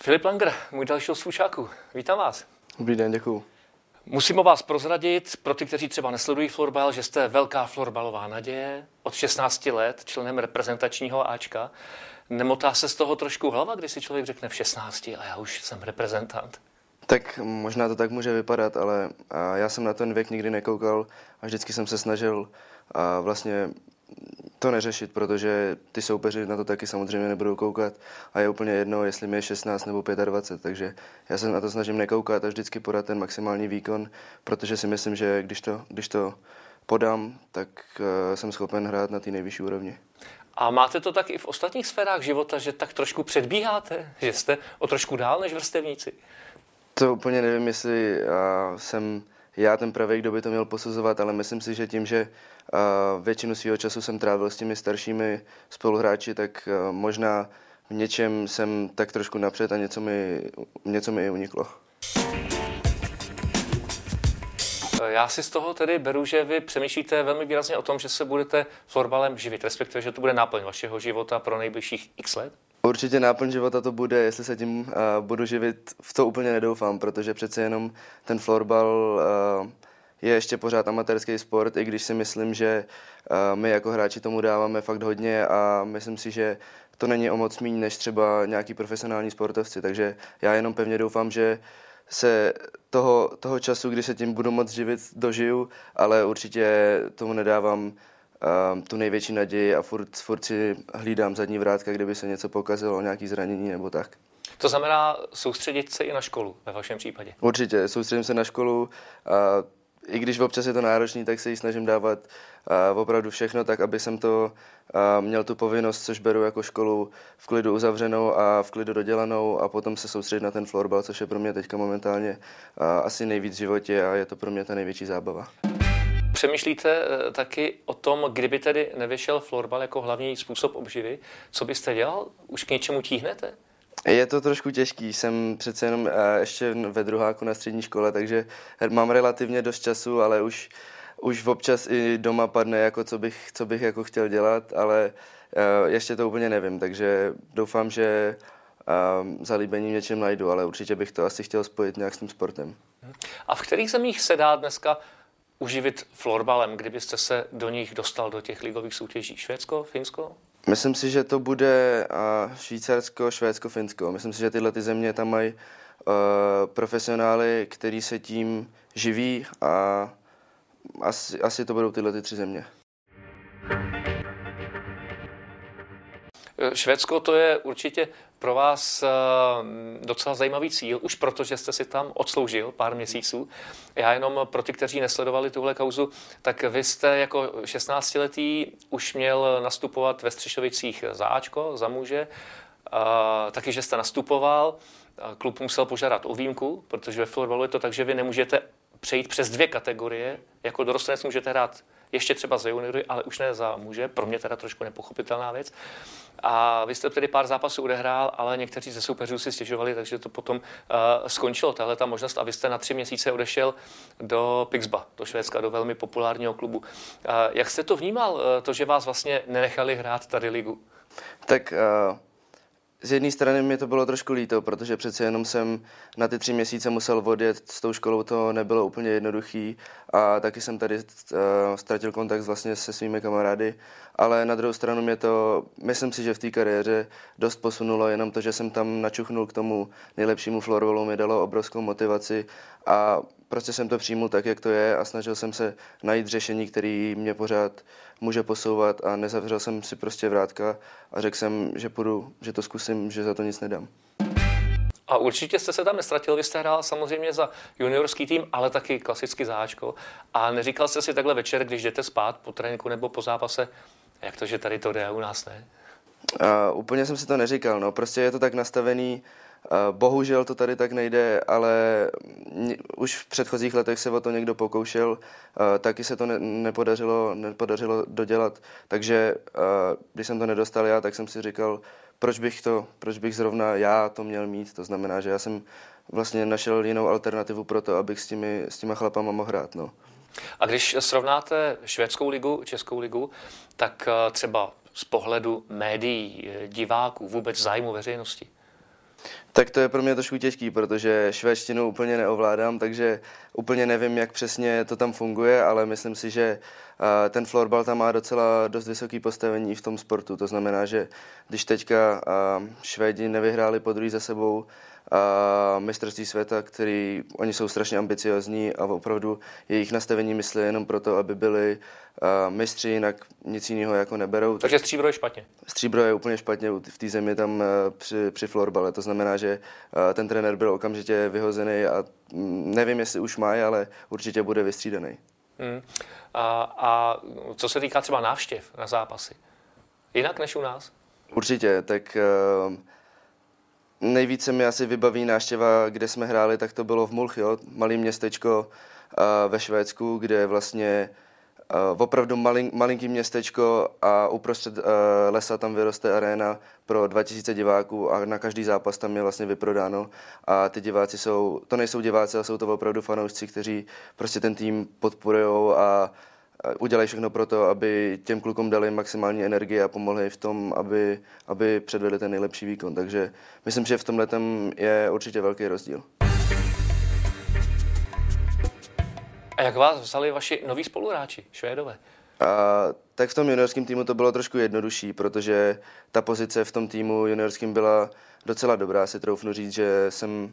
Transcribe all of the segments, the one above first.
Filip Langer, můj další spolužáku. Vítám vás. Dobrý den, děkuju. Musím o vás prozradit, pro ty, kteří třeba nesledují florbal, že jste velká florbalová naděje, od 16 let členem reprezentačního Ačka. Nemotá se z toho trošku hlava, když si člověk řekne v 16 a já už jsem reprezentant? Tak možná to tak může vypadat, ale já jsem na ten věk nikdy nekoukal a vždycky jsem se snažil vlastně to neřešit, protože ty soupeři na to taky samozřejmě nebudou koukat a je úplně jedno, jestli mi je 16 nebo 25, takže já se na to snažím nekoukat a vždycky podat ten maximální výkon, protože si myslím, že když to podám, tak jsem schopen hrát na té nejvyšší úrovni. A máte to tak i v ostatních sférách života, že tak trošku předbíháte, že jste o trošku dál než vrstevníci? To úplně nevím, jestli jsem já ten pravý, kdo by to měl posuzovat, ale myslím si, že tím, že většinu svého času jsem trávil s těmi staršími spoluhráči, tak možná v něčem jsem tak trošku napřed a něco mi i uniklo. Já si z toho tedy beru, že vy přemýšlíte velmi výrazně o tom, že se budete florbalem živit, respektive, že to bude náplň vašeho života pro nejbližších x let? Určitě náplň života to bude, jestli se tím budu živit, v to úplně nedoufám, protože přece jenom ten florbal je ještě pořád amatérský sport, i když si myslím, že my jako hráči tomu dáváme fakt hodně a myslím si, že to není o moc míň než třeba nějaký profesionální sportovci, takže já jenom pevně doufám, že se toho času, kdy se tím budu moc živit, dožiju, ale určitě tomu nedávám tu největší naději a furt si hlídám zadní vrátka, kdyby se něco pokazilo, nějaký zranění nebo tak. To znamená soustředit se i na školu ve vašem případě? Určitě, soustředím se na školu. I když občas je to náročný, tak se jí snažím dávat opravdu všechno, tak aby jsem to měl tu povinnost, což beru jako školu v klidu uzavřenou a v klidu dodělanou a potom se soustředit na ten florbal, což je pro mě teďka momentálně asi nejvíc v životě a je to pro mě ta největší zábava. Přemýšlíte taky o tom, kdyby tedy nevyšel florbal jako hlavní způsob obživy, co byste dělal? Už k něčemu tíhnete? Je to trošku těžký, jsem přece jenom ještě ve druháku na střední škole, takže mám relativně dost času, ale už občas i doma padne, jako co bych jako chtěl dělat, ale ještě to úplně nevím, takže doufám, že zalíbení něčem najdu, ale určitě bych to asi chtěl spojit nějak s tím sportem. A v kterých zemích se dá dneska uživit florbalem, kdybyste se do nich dostal, do těch ligových soutěží? Švédsko, Finsko? Myslím si, že to bude Švýcarsko, Švédsko, Finsko. Myslím si, že tyhle ty země tam mají profesionály, kteří se tím živí a asi to budou tyhle ty 3 země. Švédsko to je určitě pro vás docela zajímavý cíl, už protože jste si tam odsloužil pár měsíců. Já jenom pro ty, kteří nesledovali tuhle kauzu, tak vy jste jako 16letý už měl nastupovat ve Střešovicích za Ačko, za muže, taky, že jste nastupoval. Klub musel požádat o výjimku, protože ve florbalu je to tak, že vy nemůžete přejít přes 2 kategorie. Jako dorostenec můžete hrát ještě třeba za juniory, ale už ne za muže. Pro mě teda trošku nepochopitelná věc. A vy jste tedy pár zápasů odehrál, ale někteří ze soupeřů si stěžovali, takže to potom skončilo, tahle ta možnost. A vy jste na 3 měsíce odešel do Pixba, do Švédska, do velmi populárního klubu. Jak jste to vnímal, to, že vás vlastně nenechali hrát tady ligu? Tak z jedné strany mi to bylo trošku líto, protože přece jenom jsem na ty 3 měsíce musel odjet s tou školou, to nebylo úplně jednoduchý a taky jsem tady ztratil kontakt vlastně se svými kamarády, ale na druhou stranu mě to, myslím si, že v té kariéře dost posunulo, jenom to, že jsem tam načuchnul k tomu nejlepšímu florbalu, mi dalo obrovskou motivaci a prostě jsem to přijmul tak, jak to je a snažil jsem se najít řešení, které mě pořád může posouvat a nezavřel jsem si prostě vrátka a řekl jsem, že půjdu, že to zkusím, že za to nic nedám. A určitě jste se tam nestratil, vy jste hrál samozřejmě za juniorský tým, ale taky klasicky za Ačko. A neříkal jste si takhle večer, když jdete spát po tréninku nebo po zápase, jak to, že tady to jde a u nás ne? Úplně jsem si to neříkal, no, prostě je to tak nastavený. Bohužel to tady tak nejde, ale už v předchozích letech se o to někdo pokoušel, taky se to nepodařilo dodělat, takže když jsem to nedostal já, tak jsem si říkal, proč bych zrovna já to měl mít, to znamená, že já jsem vlastně našel jinou alternativu pro to, abych s těma chlapama mohl hrát, no. A když srovnáte švédskou ligu, českou ligu, tak třeba z pohledu médií, diváků, vůbec zájmu veřejnosti? Tak to je pro mě trošku těžký, protože švédštinu úplně neovládám, takže úplně nevím, jak přesně to tam funguje, ale myslím si, že ten florbal tam má docela dost vysoké postavení v tom sportu. To znamená, že když teďka Švédi nevyhráli podruhé za sebou mistrovství světa, který oni jsou strašně ambiciozní a opravdu jejich nastavení myslí jenom proto, aby byli mistři, jinak nic jiného jako neberou. Takže stříbro je špatně. Stříbro je úplně špatně v té zemi tam při florbale. To znamená, že ten trenér byl okamžitě vyhozený a nevím, jestli už má, ale určitě bude vystřídaný. A co se týká třeba návštěv na zápasy? Jinak než u nás? Určitě, tak nejvíce mi asi vybaví návštěva, kde jsme hráli, tak to bylo v Mulch, malé městečko ve Švédsku, kde vlastně opravdu malinký městečko a uprostřed lesa tam vyroste aréna pro 2000 diváků a na každý zápas tam je vlastně vyprodáno a ty diváci to nejsou diváci, ale jsou to opravdu fanoušci, kteří prostě ten tým podporujou a udělají všechno pro to, aby těm klukům dali maximální energii a pomohli v tom, aby předvedli ten nejlepší výkon. Takže myslím, že v tomhletom je určitě velký rozdíl. A jak vás vzali vaši noví spoluhráči, Švédové? Tak v tom juniorském týmu to bylo trošku jednodušší, protože ta pozice v tom týmu juniorském byla docela dobrá, si troufnu říct, že jsem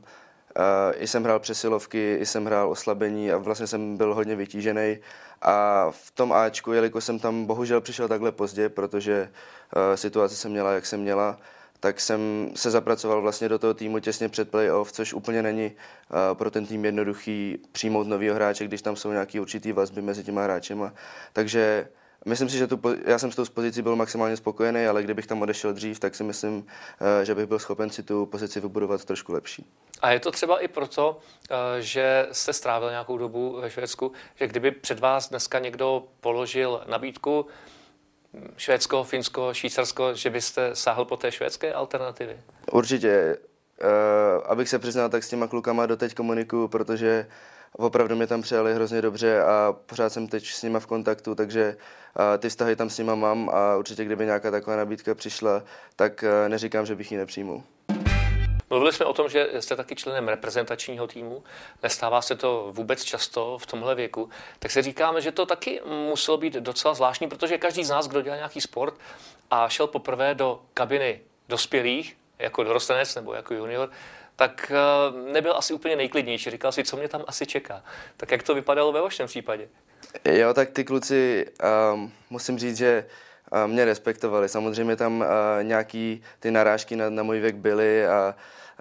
hrál přesilovky, jsem hrál oslabení a vlastně jsem byl hodně vytížený. A v tom Ačku, jelikož jsem tam bohužel přišel takhle pozdě, protože situace se měla, jak se měla, tak jsem se zapracoval vlastně do toho týmu těsně před playoff, což úplně není pro ten tým jednoduchý přijmout novýho hráče, když tam jsou nějaký určitý vazby mezi těma hráčema. Takže myslím si, že já jsem s tou pozicí byl maximálně spokojený, ale kdybych tam odešel dřív, tak si myslím, že bych byl schopen si tu pozici vybudovat trošku lepší. A je to třeba i proto, že jste strávil nějakou dobu ve Švédsku, že kdyby před vás dneska někdo položil nabídku Švédsko, Finsko, Švýcarsko, že byste sáhl po té švédské alternativě? Určitě. Abych se přiznal, tak s těma klukama doteď komunikuju, protože opravdu mě tam přijali hrozně dobře a pořád jsem teď s nima v kontaktu, takže ty vztahy tam s nima mám a určitě, kdyby nějaká taková nabídka přišla, tak neříkám, že bych ji nepřijmul. Mluvili jsme o tom, že jste taky členem reprezentačního týmu, nestává se to vůbec často v tomhle věku, tak se říkáme, že to taky muselo být docela zvláštní, protože každý z nás, kdo dělá nějaký sport a šel poprvé do kabiny dospělých, jako dorostenec nebo jako junior, tak nebyl asi úplně nejklidnější. Říkal si, co mě tam asi čeká. Tak jak to vypadalo ve vašem případě? Jo, tak ty kluci, musím říct, že mě respektovali. Samozřejmě tam nějaký ty narážky na můj věk byly a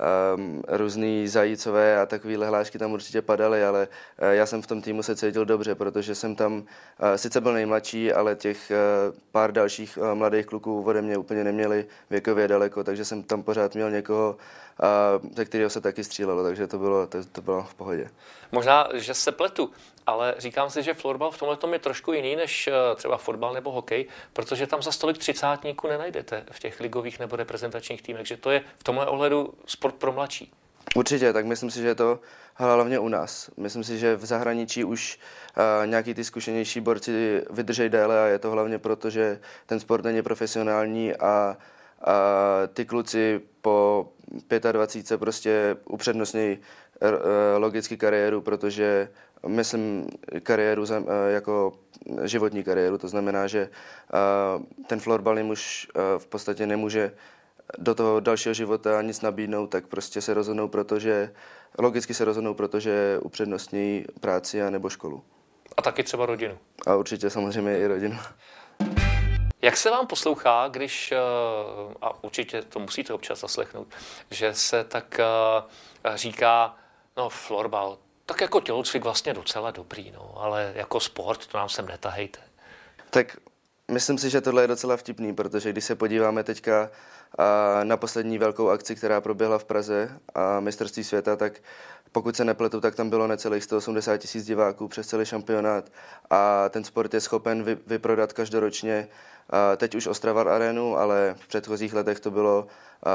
různý zajícové a takovýhle hlášky tam určitě padaly, ale já jsem v tom týmu se cítil dobře, protože jsem tam sice byl nejmladší, ale těch pár dalších mladých kluků ode mě úplně neměli věkově daleko, takže jsem tam pořád měl někoho, ze kterého se taky střílelo, takže to bylo v pohodě. Možná, že se pletu, ale říkám si, že florbal v tomhle je trošku jiný než třeba fotbal nebo hokej, protože tam za stolik třicátníků nenajdete v těch ligových nebo reprezentačních týmech, že to je v tomhle ohledu sport pro mladší. Určitě, tak myslím si, že je to hlavně u nás. Myslím si, že v zahraničí už nějaký ty zkušenější borci vydržejí déle a je to hlavně proto, že ten sport není profesionální a ty kluci po 25 prostě upřednostnějí logicky kariéru, protože myslím kariéru jako životní kariéru, to znamená, že ten florbal jim už v podstatě nemůže do toho dalšího života nic nabídnout, tak prostě se rozhodnou, logicky se rozhodnou, protože upřednostní práci a nebo školu. A taky třeba rodinu. A určitě samozřejmě i rodinu. Jak se vám poslouchá, když, a určitě to musíte občas zaslechnout, že se tak říká, no florbal, tak jako tělocvik vlastně docela dobrý, no, ale jako sport, to nám sem netahejte. Tak myslím si, že tohle je docela vtipný, protože když se podíváme teďka na poslední velkou akci, která proběhla v Praze a mistrovství světa, tak pokud se nepletu, tak tam bylo necelých 180 000 diváků přes celý šampionát a ten sport je schopen vyprodat každoročně. Teď už Ostrava Arenu, ale v předchozích letech to bylo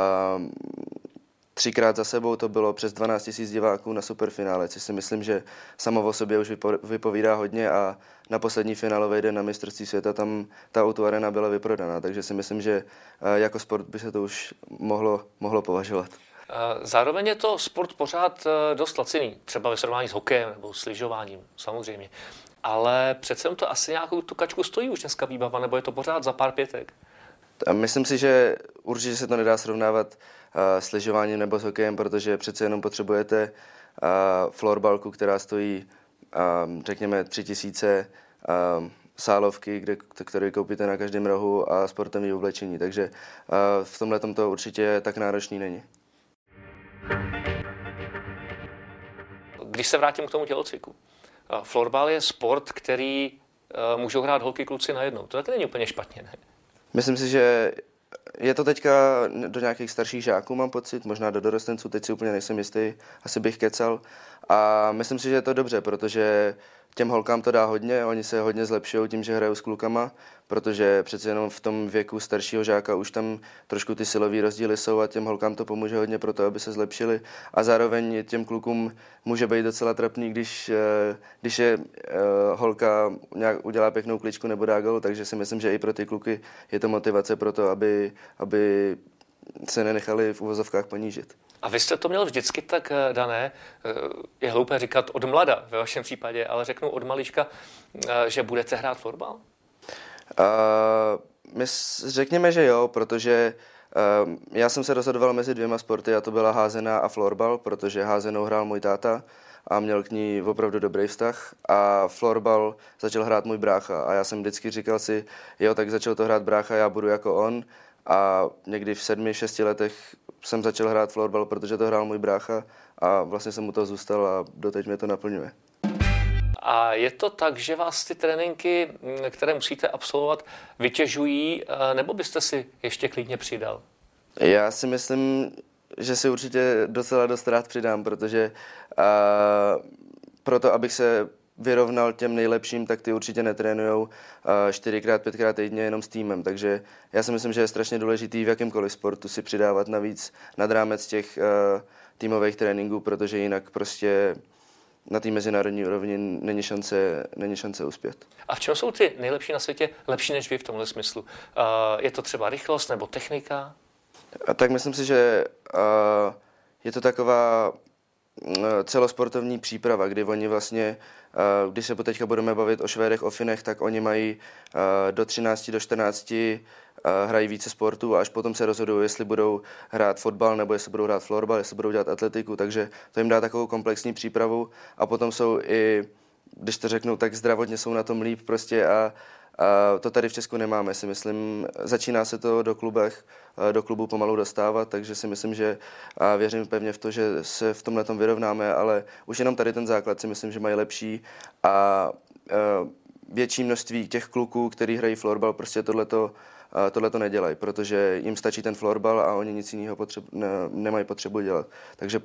3krát za sebou, to bylo přes 12 000 diváků na superfinále, což si myslím, že samo o sobě už vypovídá hodně a na poslední finálový den na mistrovství světa tam ta O2 Arena byla vyprodaná, takže si myslím, že jako sport by se to už mohlo považovat. Zároveň je to sport pořád dost laciný, třeba ve srovnání s hokejem nebo s lyžováním, samozřejmě. Ale přece jen to asi nějakou tu kačku stojí už dneska výbava, nebo je to pořád za pár pětek? A myslím si, že určitě se to nedá srovnávat s lyžováním nebo s hokejem, protože přece jenom potřebujete florbalku, která stojí, řekněme, 3000, sálovky, které koupíte na každém rohu a sportovní oblečení. Takže v tomhle to určitě tak náročný není. Když se vrátím k tomu tělocviku. Florbal je sport, který můžou hrát holky, kluci najednou. To taky není úplně špatně, ne? Myslím si, že je to teďka do nějakých starších žáků, mám pocit, možná do dorostenců, teď si úplně nejsem jistý, asi bych kecal. A myslím si, že je to dobře, protože těm holkám to dá hodně, oni se hodně zlepšují tím, že hrajou s klukama, protože přece jenom v tom věku staršího žáka už tam trošku ty silové rozdíly jsou a těm holkám to pomůže hodně pro to, aby se zlepšili. A zároveň těm klukům může být docela trapný, když je holka nějak udělá pěknou kličku nebo dá gol, takže si myslím, že i pro ty kluky je to motivace pro to, aby se nenechali v uvozovkách ponížit. A vy jste to měl vždycky tak dané, je hloupé říkat od mlada ve vašem případě, ale řeknu od malička, že budete hrát florbal? Řekněme, že jo, protože já jsem se rozhodoval mezi dvěma sporty a to byla házená a florbal, protože házenou hrál můj táta a měl k ní opravdu dobrý vztah a florbal začal hrát můj brácha a já jsem vždycky říkal si, jo, tak začal to hrát brácha, já budu jako on a někdy v 7-6 letech jsem začal hrát florbal, protože to hrál můj brácha a vlastně jsem mu to zůstal a doteď mě to naplňuje. A je to tak, že vás ty tréninky, které musíte absolvovat, vytěžují, nebo byste si ještě klidně přidal? Já si myslím, že si určitě docela dost rád přidám, protože proto, abych se vyrovnal těm nejlepším, tak ty určitě netrénujou 4x, 5x týdně jenom s týmem. Takže já si myslím, že je strašně důležitý v jakémkoliv sportu si přidávat navíc nad rámec těch týmových tréninků, protože jinak prostě na té mezinárodní úrovni není šance uspět. A v čem jsou ty nejlepší na světě lepší než vy v tomhle smyslu? Je to třeba rychlost nebo technika? Tak myslím si, že je to taková celosportovní příprava, kdy oni vlastně, když se teďka budeme bavit o Švédech, o Finech, tak oni mají do 13, do 14 hrají více sportů a až potom se rozhodují, jestli budou hrát fotbal nebo jestli budou hrát florbal, jestli budou dělat atletiku, takže to jim dá takovou komplexní přípravu a potom jsou i, když to řeknu, tak zdravotně jsou na tom líp prostě a to tady v Česku nemáme, si myslím. Začíná se to do klubů pomalu dostávat, takže si myslím, že věřím pevně v to, že se v tomhletom vyrovnáme, ale už jenom tady ten základ si myslím, že mají lepší a větší množství těch kluků, který hrají florbal, prostě tohleto nedělají, protože jim stačí ten florbal a oni nic jiného nemají potřebu dělat. Takže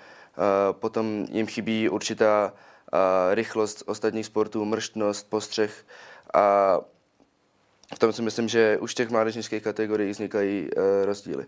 potom jim chybí určitá rychlost ostatních sportů, mrštnost, postřeh a v tom si myslím, že už v těch mládežnických kategoriích vznikají rozdíly.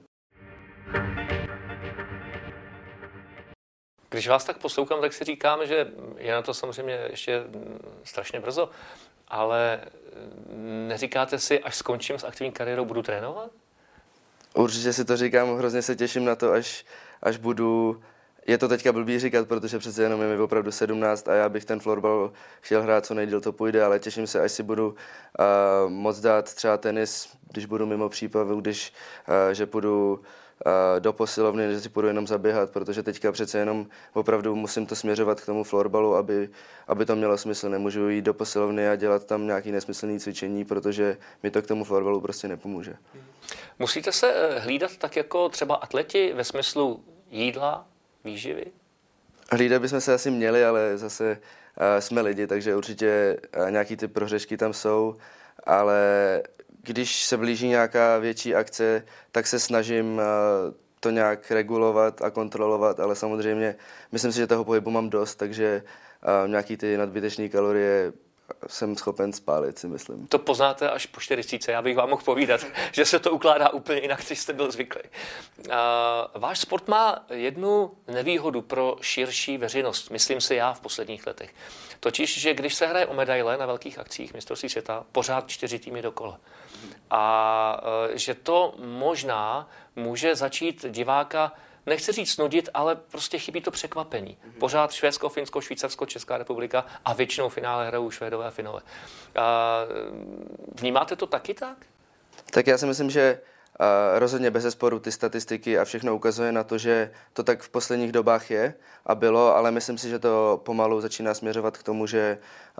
Když vás tak poslouchám, tak si říkám, že je na to samozřejmě ještě strašně brzo, ale neříkáte si, až skončím s aktivní kariérou, budu trénovat? Určitě si to říkám, hrozně se těším na to, až budu. Je to teďka blbý říkat, protože přece jenom je mi opravdu 17 a já bych ten florbal chtěl hrát, co nejdýl to půjde, ale těším se, až si budu moc dát třeba tenis, když budu mimo přípravu, že půjdu do posilovny, že si půjdu jenom zaběhat, protože teďka přece jenom opravdu musím to směřovat k tomu florbalu, aby to mělo smysl. Nemůžu jít do posilovny a dělat tam nějaký nesmyslný cvičení, protože mi to k tomu florbalu prostě nepomůže. Musíte se hlídat tak jako třeba atleti ve smyslu jídla, výživy? Hlídat bychom se asi měli, ale zase jsme lidi, takže určitě nějaký ty prohřešky tam jsou, ale když se blíží nějaká větší akce, tak se snažím to nějak regulovat a kontrolovat, ale samozřejmě myslím si, že toho pohybu mám dost, takže nějaký ty nadbytečné kalorie jsem schopen spálit, si myslím. To poznáte až po 40, já bych vám mohl povídat, že se to ukládá úplně jinak, než jste byl zvyklý. Váš sport má jednu nevýhodu pro širší veřejnost, myslím si já v posledních letech. Totiž, že když se hraje o medaile na velkých akcích mistrovství světa, pořád 4 týmy dokola. A že to možná může začít diváka nechci říct nudit, ale prostě chybí to překvapení. Pořád Švédsko, Finsko, Švýcarsko, Česká republika a většinou finále hrajou Švédové a Finové. Vnímáte to taky tak? Tak já si myslím, že rozhodně bezesporu ty statistiky a všechno ukazuje na to, že to tak v posledních dobách je a bylo, ale myslím si, že to pomalu začíná směřovat k tomu, že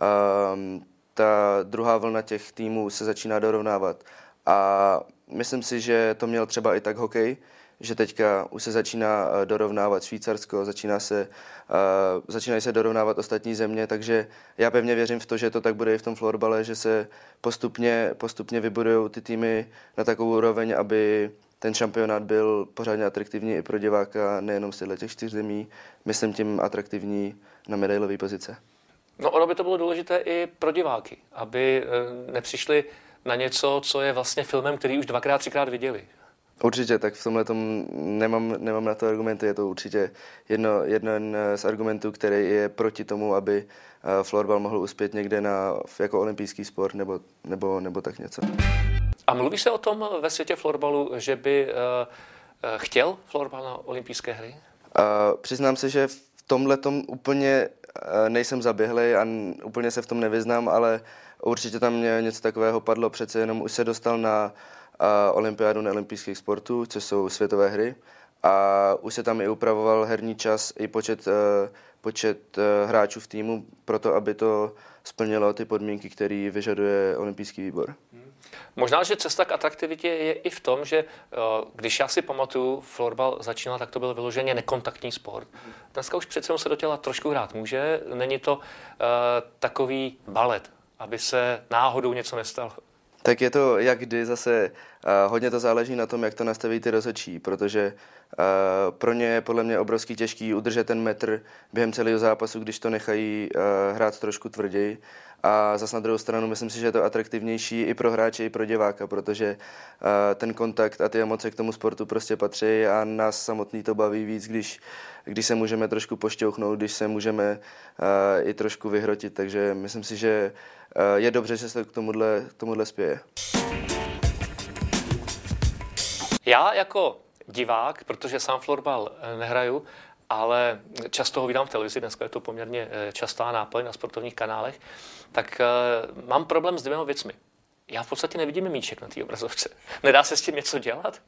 ta druhá vlna těch týmů se začíná dorovnávat. A myslím si, že to měl třeba i tak hokej, že teďka už se začíná dorovnávat Švýcarsko, začínají se dorovnávat ostatní země, takže já pevně věřím v to, že to tak bude i v tom florbale, že se postupně vybudujou ty týmy na takovou úroveň, aby ten šampionát byl pořádně atraktivní i pro diváka, nejenom z těch 4 zemí, myslím tím atraktivní na medailové pozice. No ono by to bylo důležité i pro diváky, aby nepřišli na něco, co je vlastně filmem, který už 2x, 3x viděli. Určitě, tak v tomhle tom nemám na to argumenty, je to určitě jeden z argumentů, který je proti tomu, aby florbal mohl uspět někde jako olympijský sport nebo tak něco. A mluví se o tom ve světě florbalu, že by chtěl florbal na olympijské hry? Přiznám se, že v tomhletom úplně nejsem zaběhlej a úplně se v tom nevyznám, ale určitě tam mě něco takového padlo, přece jenom už se dostal na olympiádu neolympijských sportů, což jsou světové hry, a už se tam i upravoval herní čas i počet hráčů v týmu, proto aby to splnilo ty podmínky, které vyžaduje olympijský výbor. Možná, že cesta k atraktivitě je i v tom, že když já si pamatuju, florbal začínal, tak to byl vyloženě nekontaktní sport. Dneska už přece se do těla trošku hrát může, není to takový balet, aby se náhodou něco nestalo. Tak je to jak kdy zase, hodně to záleží na tom, jak to nastaví ty rozhodčí, protože pro ně je podle mě obrovský těžký udržet ten metr během celého zápasu, když to nechají hrát trošku tvrději. A zase na druhou stranu myslím si, že je to atraktivnější i pro hráče, i pro diváka, protože ten kontakt a ty emoce k tomu sportu prostě patří a nás samotný to baví víc, když se můžeme trošku pošťouchnout, když se můžeme i trošku vyhrotit, takže myslím si, že je dobře, že se k tomuhle spěje. Já jako divák, protože sám florbal nehraju, ale často ho vydám v televizi, dneska je to poměrně častá náplň na sportovních kanálech, tak mám problém s 2 věcmi. Já v podstatě nevidím míček na té obrazovce. Nedá se s tím něco dělat?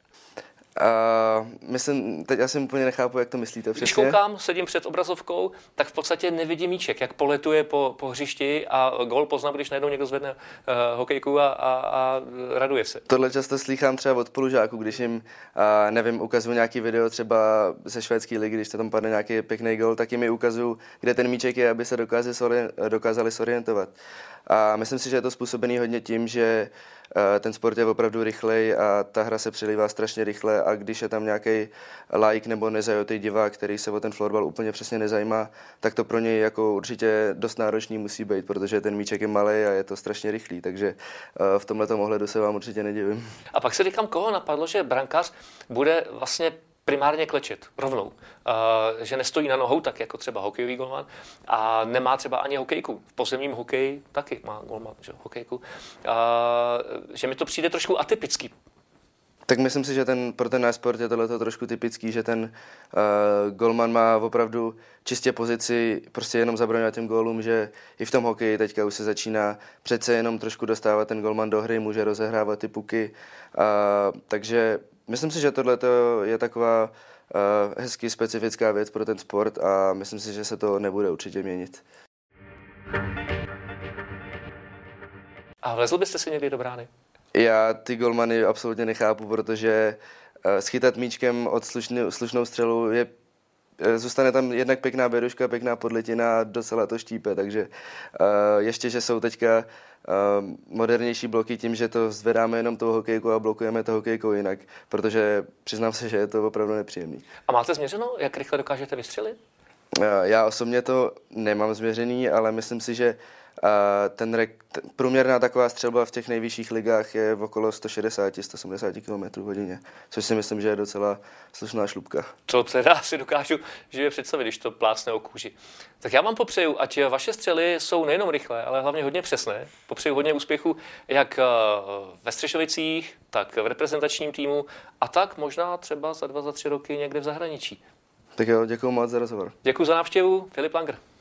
Teď asi úplně nechápu, jak to myslíte přesně. Když koukám, sedím před obrazovkou, tak v podstatě nevidím míček, jak poletuje po hřišti a gól poznám, když najednou někdo zvedne hokejku a raduje se. Tohle často slýchám třeba od spolužáků, když jim, ukazuju nějaký video třeba ze švédské ligy, když se tam padne nějaký pěkný gól, tak jim ukazuju, kde ten míček je, aby se dokázali zorientovat. A myslím si, že je to způsobený hodně tím, že ten sport je opravdu rychlej a ta hra se přelívá strašně rychle a když je tam nějaký like nebo nezajatý divák, který se o ten florbal úplně přesně nezajímá, tak to pro něj jako určitě dost náročný musí být, protože ten míček je malý a je to strašně rychlý, takže v tomhletom ohledu se vám určitě nedivím. A pak se říkám, koho napadlo, že brankář bude vlastně primárně klečet rovnou, že nestojí na nohou tak jako třeba hokejový golman a nemá třeba ani hokejku. V pozemním hokeji taky má golman, že hokejku. Že mi to přijde trošku atypický. Tak myslím si, že pro ten náš sport je tohleto trošku typický, že ten golman má opravdu čistě pozici prostě jenom zabraňovat těm gólům, že i v tom hokeji teďka už se začíná přece jenom trošku dostávat ten golman do hry, může rozehrávat ty puky, takže myslím si, že tohle je taková hezky specifická věc pro ten sport a myslím si, že se to nebude určitě měnit. A vlezl byste si někdy do brány? Já ty golmany absolutně nechápu, protože schytat míčkem od slušnou střelu zůstane tam jednak pěkná beruška, pěkná podletina a docela to štípe, takže ještě, že jsou teďka modernější bloky tím, že to zvedáme jenom tou hokejkou a blokujeme to hokejkou jinak, protože přiznám se, že je to opravdu nepříjemný. A máte změřeno, jak rychle dokážete vystřelit? Já osobně to nemám změřený, ale myslím si, že průměrná taková střelba v těch nejvyšších ligách je v okolo 160-170 km/h, což si myslím, že je docela slušná šlubka. To teda si dokážu živě představit, když to plácne o kůži. Tak já vám popřeju, ať vaše střely jsou nejenom rychlé, ale hlavně hodně přesné. Popřeju hodně úspěchu jak ve Střešovicích, tak v reprezentačním týmu a tak možná třeba za 2, za 3 roky někde v zahraničí. Tak jo, děkuji moc za rozhovor. Děkuji za návštěvu, Filip Langer.